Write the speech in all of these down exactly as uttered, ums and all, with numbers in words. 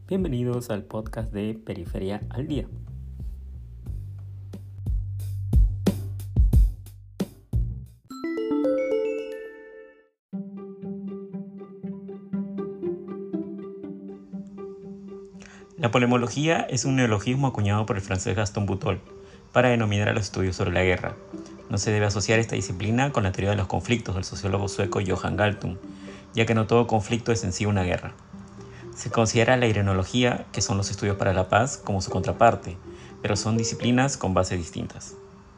Bienvenidos al podcast de Periferia al Día. La polemología es un neologismo acuñado por el francés Gaston Butol para denominar a los estudios sobre la guerra. No se debe asociar esta disciplina con la teoría de los conflictos del sociólogo sueco Johan Galtung, ya que no todo conflicto es en sí una guerra. Se considera la iranología, que son los estudios para la paz, como su contraparte, pero son disciplinas con bases distintas.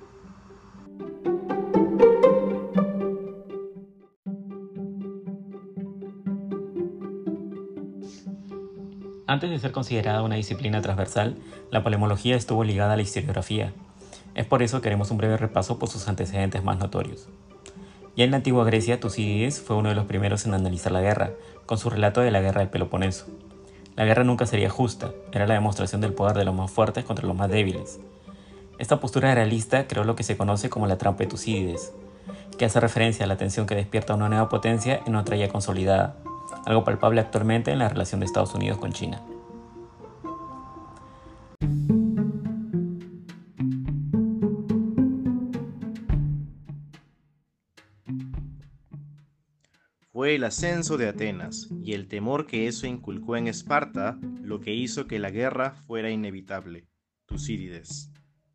Antes de ser considerada una disciplina transversal, la polemología estuvo ligada a la historiografía. Es por eso que haremos un breve repaso por sus antecedentes más notorios. Ya en la antigua Grecia, Tucídides fue uno de los primeros en analizar la guerra, con su relato de la guerra del Peloponeso. La guerra nunca sería justa, era la demostración del poder de los más fuertes contra los más débiles. Esta postura realista creó lo que se conoce como la trampa de Tucídides, que hace referencia a la tensión que despierta una nueva potencia en otra ya consolidada, algo palpable actualmente en la relación de Estados Unidos con China. Fue el ascenso de Atenas y el temor que eso inculcó en Esparta lo que hizo que la guerra fuera inevitable. Tucídides.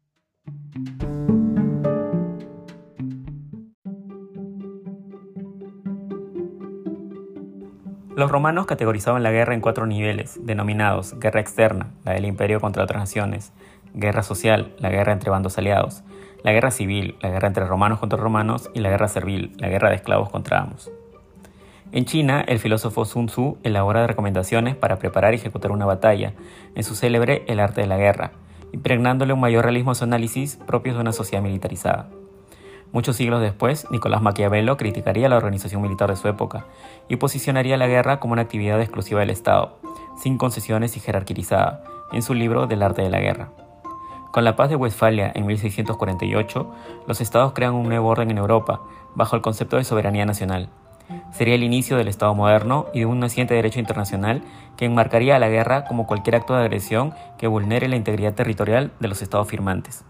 Los romanos categorizaban la guerra en cuatro niveles, denominados guerra externa, la del imperio contra otras naciones, guerra social, la guerra entre bandos aliados, la guerra civil, la guerra entre romanos contra romanos, y la guerra servil, la guerra de esclavos contra amos. En China, el filósofo Sun Tzu elabora recomendaciones para preparar y ejecutar una batalla, en su célebre El arte de la guerra, impregnándole un mayor realismo a su análisis propios de una sociedad militarizada. Muchos siglos después, Nicolás Maquiavelo criticaría la organización militar de su época y posicionaría la guerra como una actividad exclusiva del Estado, sin concesiones y jerarquizada, en su libro Del arte de la guerra. Con la paz de Westfalia en mil seiscientos cuarenta y ocho, los estados crean un nuevo orden en Europa, bajo el concepto de soberanía nacional. Sería el inicio del Estado moderno y de un naciente derecho internacional que enmarcaría a la guerra como cualquier acto de agresión que vulnere la integridad territorial de los estados firmantes.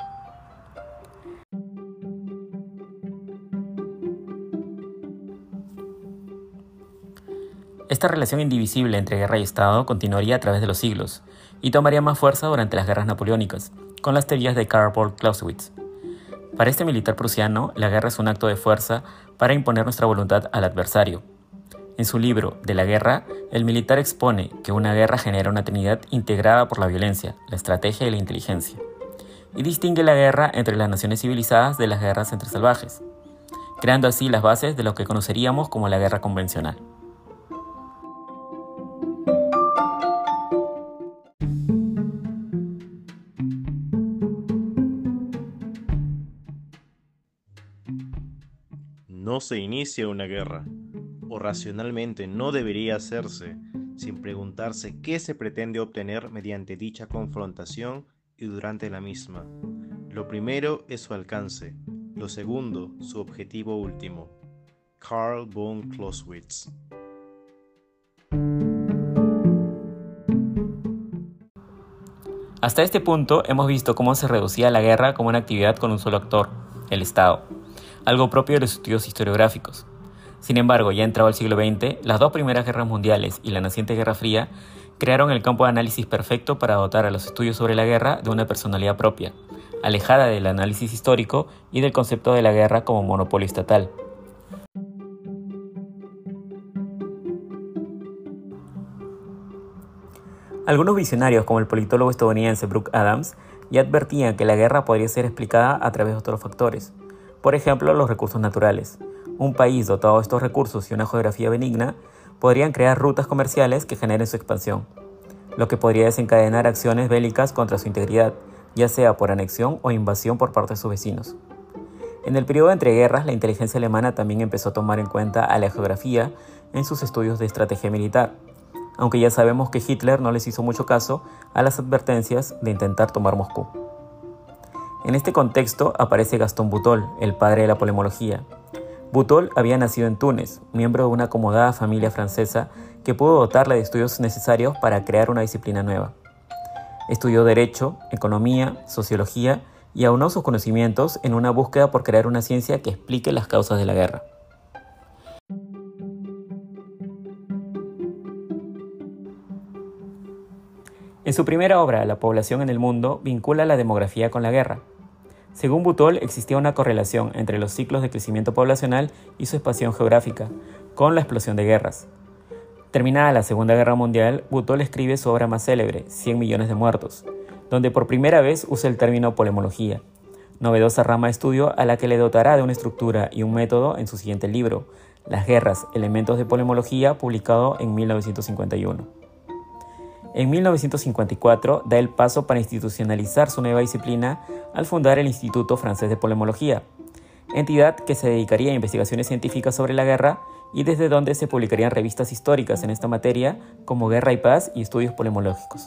Esta relación indivisible entre guerra y Estado continuaría a través de los siglos y tomaría más fuerza durante las guerras napoleónicas, con las teorías de Karl von Clausewitz. Para este militar prusiano, la guerra es un acto de fuerza para imponer nuestra voluntad al adversario. En su libro De la guerra, el militar expone que una guerra genera una trinidad integrada por la violencia, la estrategia y la inteligencia, y distingue la guerra entre las naciones civilizadas de las guerras entre salvajes, creando así las bases de lo que conoceríamos como la guerra convencional. No se inicia una guerra, o racionalmente no debería hacerse, sin preguntarse qué se pretende obtener mediante dicha confrontación y durante la misma. Lo primero es su alcance, lo segundo, su objetivo último. Karl von Clausewitz. Hasta este punto hemos visto cómo se reducía la guerra como una actividad con un solo actor, el Estado, algo propio de los estudios historiográficos. Sin embargo, ya entrado el siglo veinte, las dos primeras guerras mundiales y la naciente Guerra Fría crearon el campo de análisis perfecto para dotar a los estudios sobre la guerra de una personalidad propia, alejada del análisis histórico y del concepto de la guerra como monopolio estatal. Algunos visionarios, como el politólogo estadounidense Brooke Adams, ya advertían que la guerra podría ser explicada a través de otros factores. Por ejemplo, los recursos naturales. Un país dotado de estos recursos y una geografía benigna podrían crear rutas comerciales que generen su expansión, lo que podría desencadenar acciones bélicas contra su integridad, ya sea por anexión o invasión por parte de sus vecinos. En el periodo entre guerras, la inteligencia alemana también empezó a tomar en cuenta a la geografía en sus estudios de estrategia militar, aunque ya sabemos que Hitler no les hizo mucho caso a las advertencias de intentar tomar Moscú. En este contexto aparece Gaston Butol, el padre de la polemología. Boutol había nacido en Túnez, miembro de una acomodada familia francesa que pudo dotarle de estudios necesarios para crear una disciplina nueva. Estudió Derecho, Economía, Sociología y aunó sus conocimientos en una búsqueda por crear una ciencia que explique las causas de la guerra. En su primera obra, La población en el mundo, vincula la demografía con la guerra. Según Boutol, existía una correlación entre los ciclos de crecimiento poblacional y su expansión geográfica, con la explosión de guerras. Terminada la Segunda Guerra Mundial, Boutol escribe su obra más célebre, cien millones de muertos, donde por primera vez usa el término polemología, novedosa rama de estudio a la que le dotará de una estructura y un método en su siguiente libro, Las guerras, elementos de polemología, publicado en mil novecientos cincuenta y uno. En mil novecientos cincuenta y cuatro da el paso para institucionalizar su nueva disciplina al fundar el Instituto Francés de Polemología, entidad que se dedicaría a investigaciones científicas sobre la guerra y desde donde se publicarían revistas históricas en esta materia como Guerra y Paz y Estudios Polemológicos.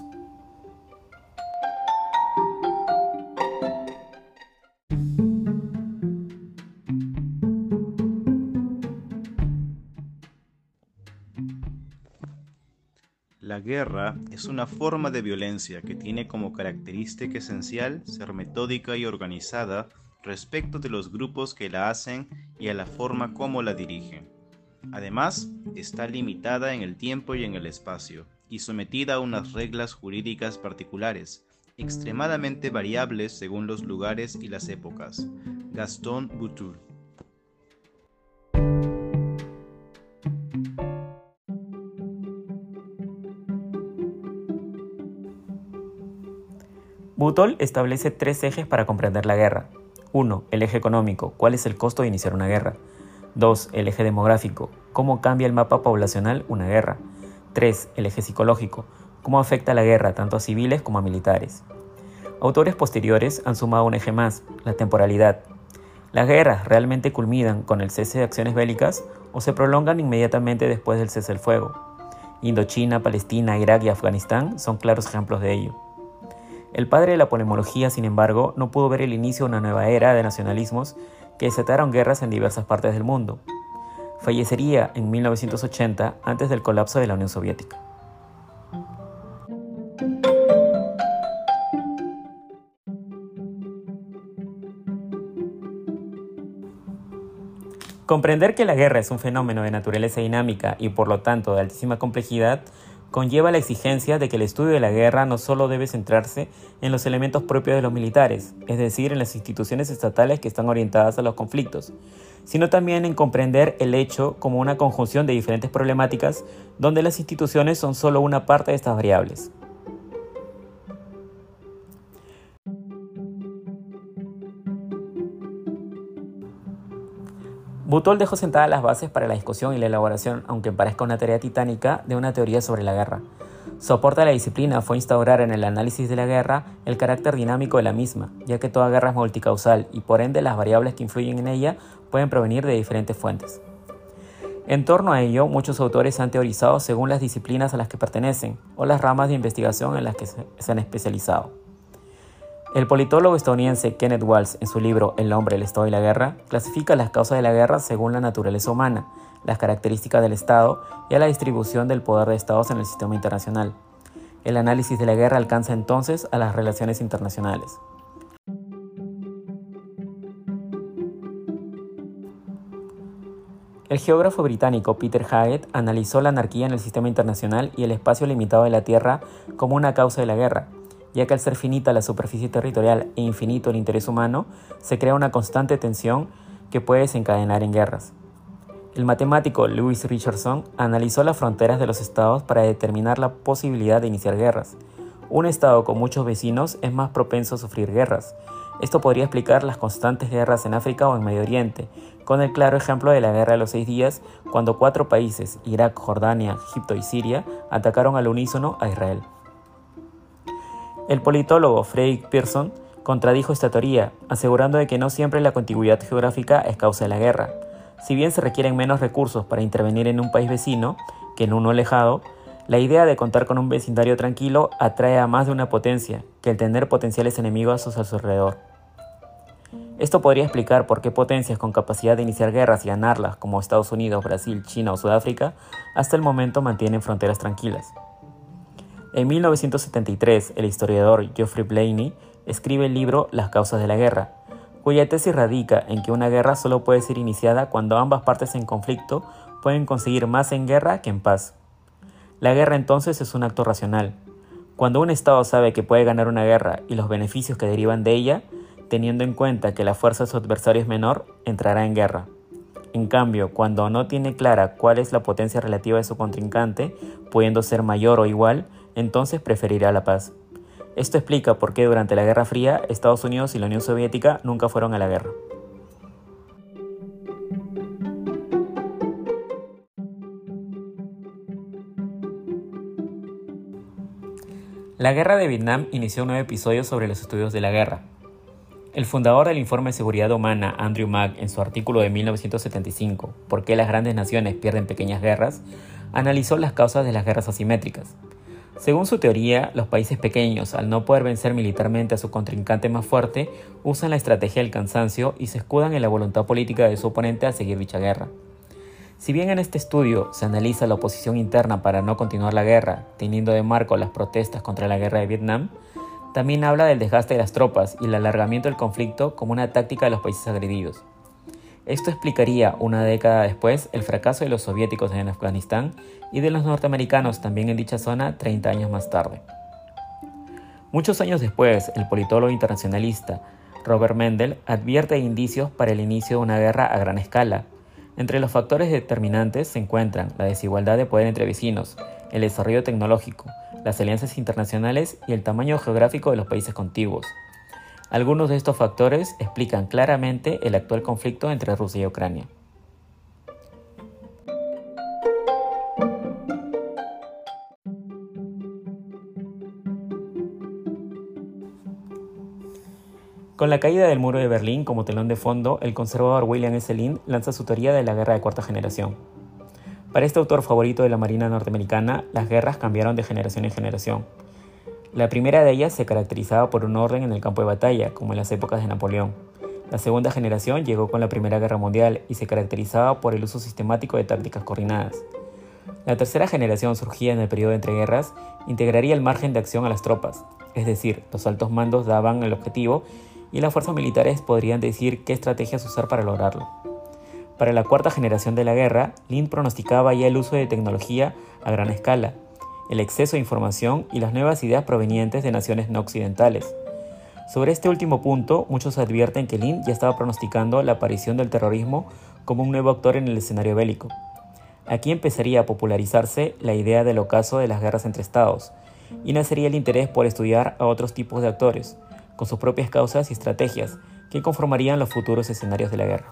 La guerra es una forma de violencia que tiene como característica esencial ser metódica y organizada respecto de los grupos que la hacen y a la forma como la dirigen. Además, está limitada en el tiempo y en el espacio, y sometida a unas reglas jurídicas particulares, extremadamente variables según los lugares y las épocas. Gaston Boutol. Boutol establece tres ejes para comprender la guerra. uno. El eje económico, ¿cuál es el costo de iniciar una guerra? dos. El eje demográfico, ¿cómo cambia el mapa poblacional una guerra? tres. El eje psicológico, ¿cómo afecta la guerra tanto a civiles como a militares? Autores posteriores han sumado un eje más, la temporalidad. ¿Las guerras realmente culminan con el cese de acciones bélicas o se prolongan inmediatamente después del cese del fuego? Indochina, Palestina, Irak y Afganistán son claros ejemplos de ello. El padre de la polemología, sin embargo, no pudo ver el inicio de una nueva era de nacionalismos que desataron guerras en diversas partes del mundo. Fallecería en mil novecientos ochenta, antes del colapso de la Unión Soviética. Comprender que la guerra es un fenómeno de naturaleza dinámica y por lo tanto de altísima complejidad conlleva la exigencia de que el estudio de la guerra no solo debe centrarse en los elementos propios de los militares, es decir, en las instituciones estatales que están orientadas a los conflictos, sino también en comprender el hecho como una conjunción de diferentes problemáticas donde las instituciones son solo una parte de estas variables. Boutol dejó sentadas las bases para la discusión y la elaboración, aunque parezca una tarea titánica, de una teoría sobre la guerra. Su aporte a la disciplina fue instaurar en el análisis de la guerra el carácter dinámico de la misma, ya que toda guerra es multicausal y por ende las variables que influyen en ella pueden provenir de diferentes fuentes. En torno a ello, muchos autores han teorizado según las disciplinas a las que pertenecen o las ramas de investigación en las que se han especializado. El politólogo estadounidense Kenneth Waltz, en su libro El hombre, el Estado y la guerra, clasifica las causas de la guerra según la naturaleza humana, las características del Estado y a la distribución del poder de Estados en el sistema internacional. El análisis de la guerra alcanza entonces a las relaciones internacionales. El geógrafo británico Peter Haggett analizó la anarquía en el sistema internacional y el espacio limitado de la Tierra como una causa de la guerra, ya que al ser finita la superficie territorial e infinito el interés humano, se crea una constante tensión que puede desencadenar en guerras. El matemático Lewis Richardson analizó las fronteras de los estados para determinar la posibilidad de iniciar guerras. Un estado con muchos vecinos es más propenso a sufrir guerras. Esto podría explicar las constantes guerras en África o en Medio Oriente, con el claro ejemplo de la Guerra de los Seis Días, cuando cuatro países, Irak, Jordania, Egipto y Siria, atacaron al unísono a Israel. El politólogo Frederick Pearson contradijo esta teoría, asegurando de que no siempre la contigüidad geográfica es causa de la guerra. Si bien se requieren menos recursos para intervenir en un país vecino que en uno alejado, la idea de contar con un vecindario tranquilo atrae a más de una potencia que el tener potenciales enemigos a su alrededor. Esto podría explicar por qué potencias con capacidad de iniciar guerras y ganarlas, como Estados Unidos, Brasil, China o Sudáfrica, hasta el momento mantienen fronteras tranquilas. En mil novecientos setenta y tres, el historiador Geoffrey Blainey escribe el libro Las causas de la guerra, cuya tesis radica en que una guerra solo puede ser iniciada cuando ambas partes en conflicto pueden conseguir más en guerra que en paz. La guerra entonces es un acto racional. Cuando un Estado sabe que puede ganar una guerra y los beneficios que derivan de ella, teniendo en cuenta que la fuerza de su adversario es menor, entrará en guerra. En cambio, cuando no tiene clara cuál es la potencia relativa de su contrincante, pudiendo ser mayor o igual, entonces preferirá la paz. Esto explica por qué durante la Guerra Fría, Estados Unidos y la Unión Soviética nunca fueron a la guerra. La Guerra de Vietnam inició un nuevo episodio sobre los estudios de la guerra. El fundador del Informe de Seguridad Humana, Andrew Mack, en su artículo de mil novecientos setenta y cinco, ¿Por qué las grandes naciones pierden pequeñas guerras?, analizó las causas de las guerras asimétricas. Según su teoría, los países pequeños, al no poder vencer militarmente a su contrincante más fuerte, usan la estrategia del cansancio y se escudan en la voluntad política de su oponente a seguir dicha guerra. Si bien en este estudio se analiza la oposición interna para no continuar la guerra, teniendo de marco las protestas contra la guerra de Vietnam, también habla del desgaste de las tropas y el alargamiento del conflicto como una táctica de los países agredidos. Esto explicaría, una década después, el fracaso de los soviéticos en Afganistán y de los norteamericanos también en dicha zona treinta años más tarde. Muchos años después, el politólogo internacionalista Robert Mendel advierte indicios para el inicio de una guerra a gran escala. Entre los factores determinantes se encuentran la desigualdad de poder entre vecinos, el desarrollo tecnológico, las alianzas internacionales y el tamaño geográfico de los países contiguos. Algunos de estos factores explican claramente el actual conflicto entre Rusia y Ucrania. Con la caída del muro de Berlín como telón de fondo, el conservador William S. Lind lanza su teoría de la guerra de cuarta generación. Para este autor favorito de la Marina norteamericana, las guerras cambiaron de generación en generación. La primera de ellas se caracterizaba por un orden en el campo de batalla, como en las épocas de Napoleón. La segunda generación llegó con la Primera Guerra Mundial y se caracterizaba por el uso sistemático de tácticas coordinadas. La tercera generación, surgida en el periodo de entreguerras, integraría el margen de acción a las tropas, es decir, los altos mandos daban el objetivo y las fuerzas militares podrían decir qué estrategias usar para lograrlo. Para la cuarta generación de la guerra, Lind pronosticaba ya el uso de tecnología a gran escala, el exceso de información y las nuevas ideas provenientes de naciones no occidentales. Sobre este último punto, muchos advierten que Lind ya estaba pronosticando la aparición del terrorismo como un nuevo actor en el escenario bélico. Aquí empezaría a popularizarse la idea del ocaso de las guerras entre estados, y nacería el interés por estudiar a otros tipos de actores, con sus propias causas y estrategias, que conformarían los futuros escenarios de la guerra.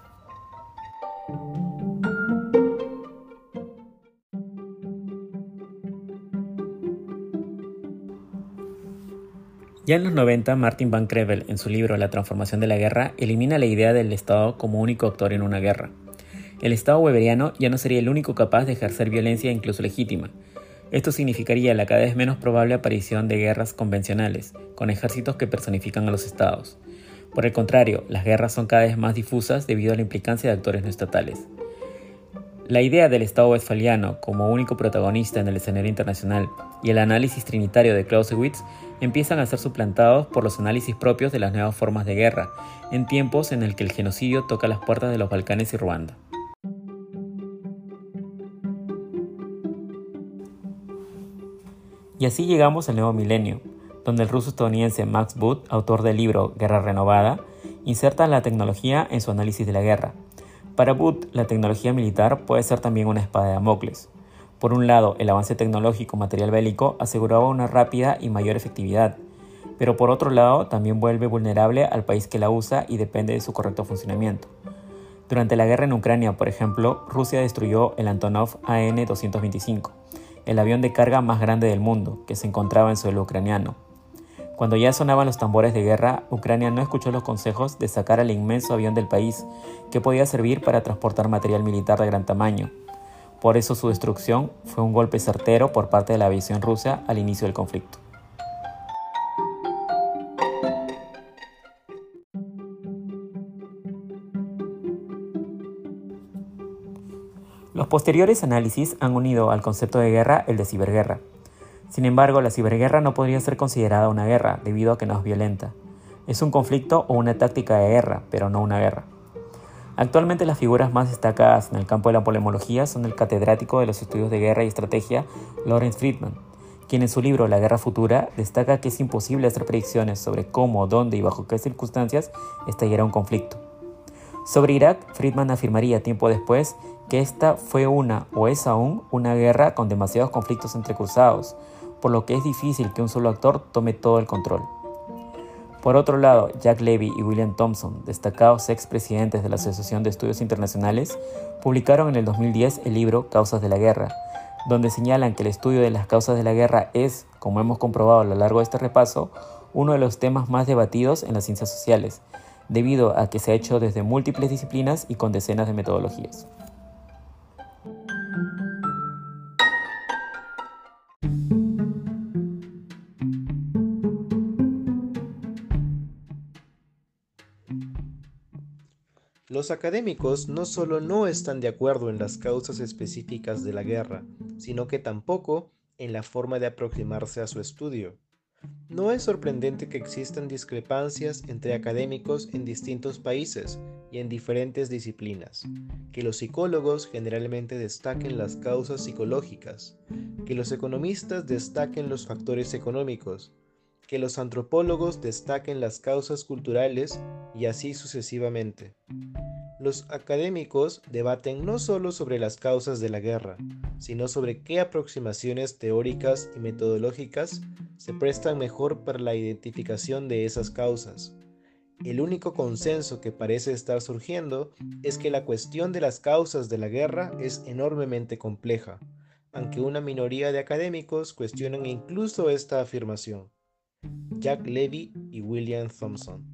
Ya en los noventa, Martin Van Crevel, en su libro La transformación de la guerra, elimina la idea del Estado como único actor en una guerra. El Estado weberiano ya no sería el único capaz de ejercer violencia incluso legítima. Esto significaría la cada vez menos probable aparición de guerras convencionales, con ejércitos que personifican a los estados. Por el contrario, las guerras son cada vez más difusas debido a la implicancia de actores no estatales. La idea del Estado westfaliano como único protagonista en el escenario internacional y el análisis trinitario de Clausewitz empiezan a ser suplantados por los análisis propios de las nuevas formas de guerra, en tiempos en el que el genocidio toca las puertas de los Balcanes y Ruanda. Y así llegamos al nuevo milenio, donde el ruso estadounidense Max Boot, autor del libro Guerra Renovada, inserta la tecnología en su análisis de la guerra. Para Boot, la tecnología militar puede ser también una espada de Damocles. Por un lado, el avance tecnológico material bélico aseguraba una rápida y mayor efectividad, pero por otro lado también vuelve vulnerable al país que la usa y depende de su correcto funcionamiento. Durante la guerra en Ucrania, por ejemplo, Rusia destruyó el Antonov A N doscientos veinticinco, el avión de carga más grande del mundo, que se encontraba en suelo ucraniano. Cuando ya sonaban los tambores de guerra, Ucrania no escuchó los consejos de sacar al inmenso avión del país, que podía servir para transportar material militar de gran tamaño. Por eso su destrucción fue un golpe certero por parte de la aviación rusa al inicio del conflicto. Los posteriores análisis han unido al concepto de guerra el de ciberguerra. Sin embargo, la ciberguerra no podría ser considerada una guerra, debido a que no es violenta. Es un conflicto o una táctica de guerra, pero no una guerra. Actualmente las figuras más destacadas en el campo de la polemología son el catedrático de los estudios de guerra y estrategia, Lawrence Friedman, quien en su libro La Guerra Futura destaca que es imposible hacer predicciones sobre cómo, dónde y bajo qué circunstancias estallará un conflicto. Sobre Irak, Friedman afirmaría tiempo después que esta fue una, o es aún, una guerra con demasiados conflictos entrecruzados, por lo que es difícil que un solo actor tome todo el control. Por otro lado, Jack Levy y William Thompson, destacados expresidentes de la Asociación de Estudios Internacionales, publicaron en el dos mil diez el libro Causas de la Guerra, donde señalan que el estudio de las causas de la guerra es, como hemos comprobado a lo largo de este repaso, uno de los temas más debatidos en las ciencias sociales, debido a que se ha hecho desde múltiples disciplinas y con decenas de metodologías. Los académicos no solo no están de acuerdo en las causas específicas de la guerra, sino que tampoco en la forma de aproximarse a su estudio. No es sorprendente que existan discrepancias entre académicos en distintos países y en diferentes disciplinas, que los psicólogos generalmente destaquen las causas psicológicas, que los economistas destaquen los factores económicos, que los antropólogos destaquen las causas culturales y así sucesivamente. Los académicos debaten no solo sobre las causas de la guerra, sino sobre qué aproximaciones teóricas y metodológicas se prestan mejor para la identificación de esas causas. El único consenso que parece estar surgiendo es que la cuestión de las causas de la guerra es enormemente compleja, aunque una minoría de académicos cuestionan incluso esta afirmación. Jack Levy y William Thompson.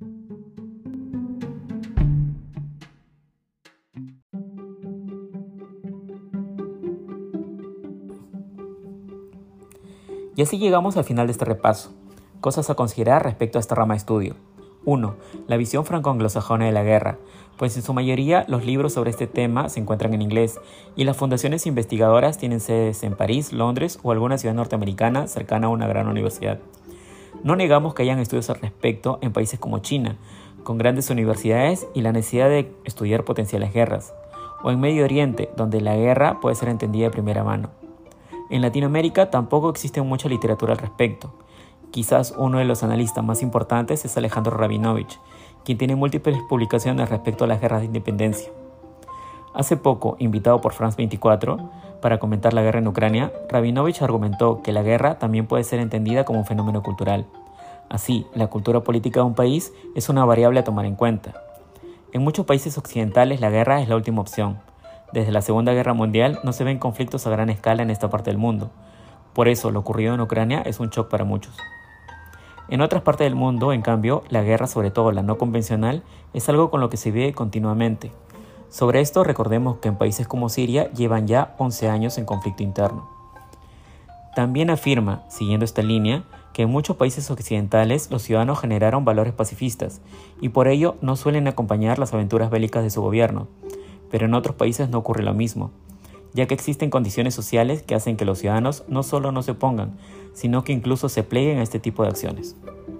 Y así llegamos al final de este repaso. Cosas a considerar respecto a esta rama de estudio. uno. La visión franco-anglosajona de la guerra, pues en su mayoría los libros sobre este tema se encuentran en inglés y las fundaciones investigadoras tienen sedes en París, Londres o alguna ciudad norteamericana cercana a una gran universidad. No negamos que hayan estudios al respecto en países como China, con grandes universidades y la necesidad de estudiar potenciales guerras, o en Medio Oriente, donde la guerra puede ser entendida de primera mano. En Latinoamérica tampoco existe mucha literatura al respecto. Quizás uno de los analistas más importantes es Alejandro Rabinovich, quien tiene múltiples publicaciones respecto a las guerras de independencia. Hace poco, invitado por France veinticuatro para comentar la guerra en Ucrania, Rabinovich argumentó que la guerra también puede ser entendida como un fenómeno cultural. Así, la cultura política de un país es una variable a tomar en cuenta. En muchos países occidentales la guerra es la última opción. Desde la Segunda Guerra Mundial no se ven conflictos a gran escala en esta parte del mundo. Por eso, lo ocurrido en Ucrania es un shock para muchos. En otras partes del mundo, en cambio, la guerra, sobre todo la no convencional, es algo con lo que se vive continuamente. Sobre esto, recordemos que en países como Siria llevan ya once años en conflicto interno. También afirma, siguiendo esta línea, que en muchos países occidentales los ciudadanos generaron valores pacifistas y por ello no suelen acompañar las aventuras bélicas de su gobierno. Pero en otros países no ocurre lo mismo, ya que existen condiciones sociales que hacen que los ciudadanos no solo no se opongan, sino que incluso se pleguen a este tipo de acciones.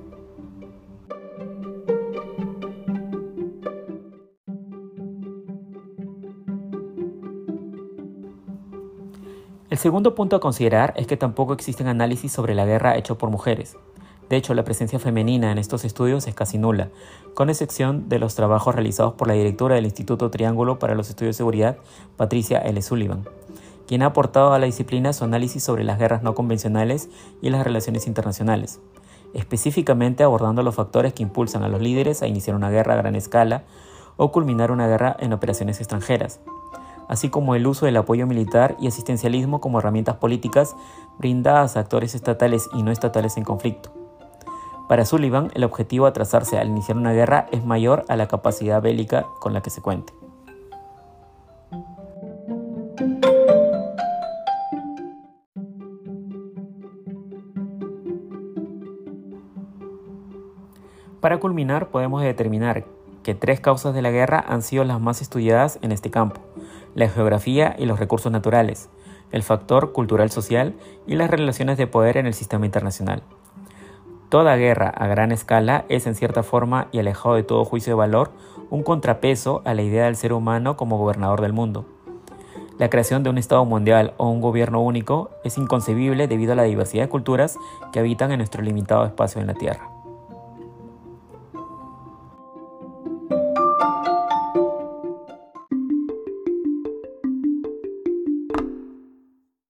El segundo punto a considerar es que tampoco existen análisis sobre la guerra hecho por mujeres. De hecho, la presencia femenina en estos estudios es casi nula, con excepción de los trabajos realizados por la directora del Instituto Triángulo para los Estudios de Seguridad, Patricia L. Sullivan, quien ha aportado a la disciplina su análisis sobre las guerras no convencionales y las relaciones internacionales, específicamente abordando los factores que impulsan a los líderes a iniciar una guerra a gran escala o culminar una guerra en operaciones extranjeras, así como el uso del apoyo militar y asistencialismo como herramientas políticas brindadas a actores estatales y no estatales en conflicto. Para Sullivan, el objetivo a trazarse al iniciar una guerra es mayor a la capacidad bélica con la que se cuente. Para culminar, podemos determinar que tres causas de la guerra han sido las más estudiadas en este campo: la geografía y los recursos naturales, el factor cultural-social y las relaciones de poder en el sistema internacional. Toda guerra a gran escala es, en cierta forma y alejado de todo juicio de valor, un contrapeso a la idea del ser humano como gobernador del mundo. La creación de un Estado mundial o un gobierno único es inconcebible debido a la diversidad de culturas que habitan en nuestro limitado espacio en la Tierra.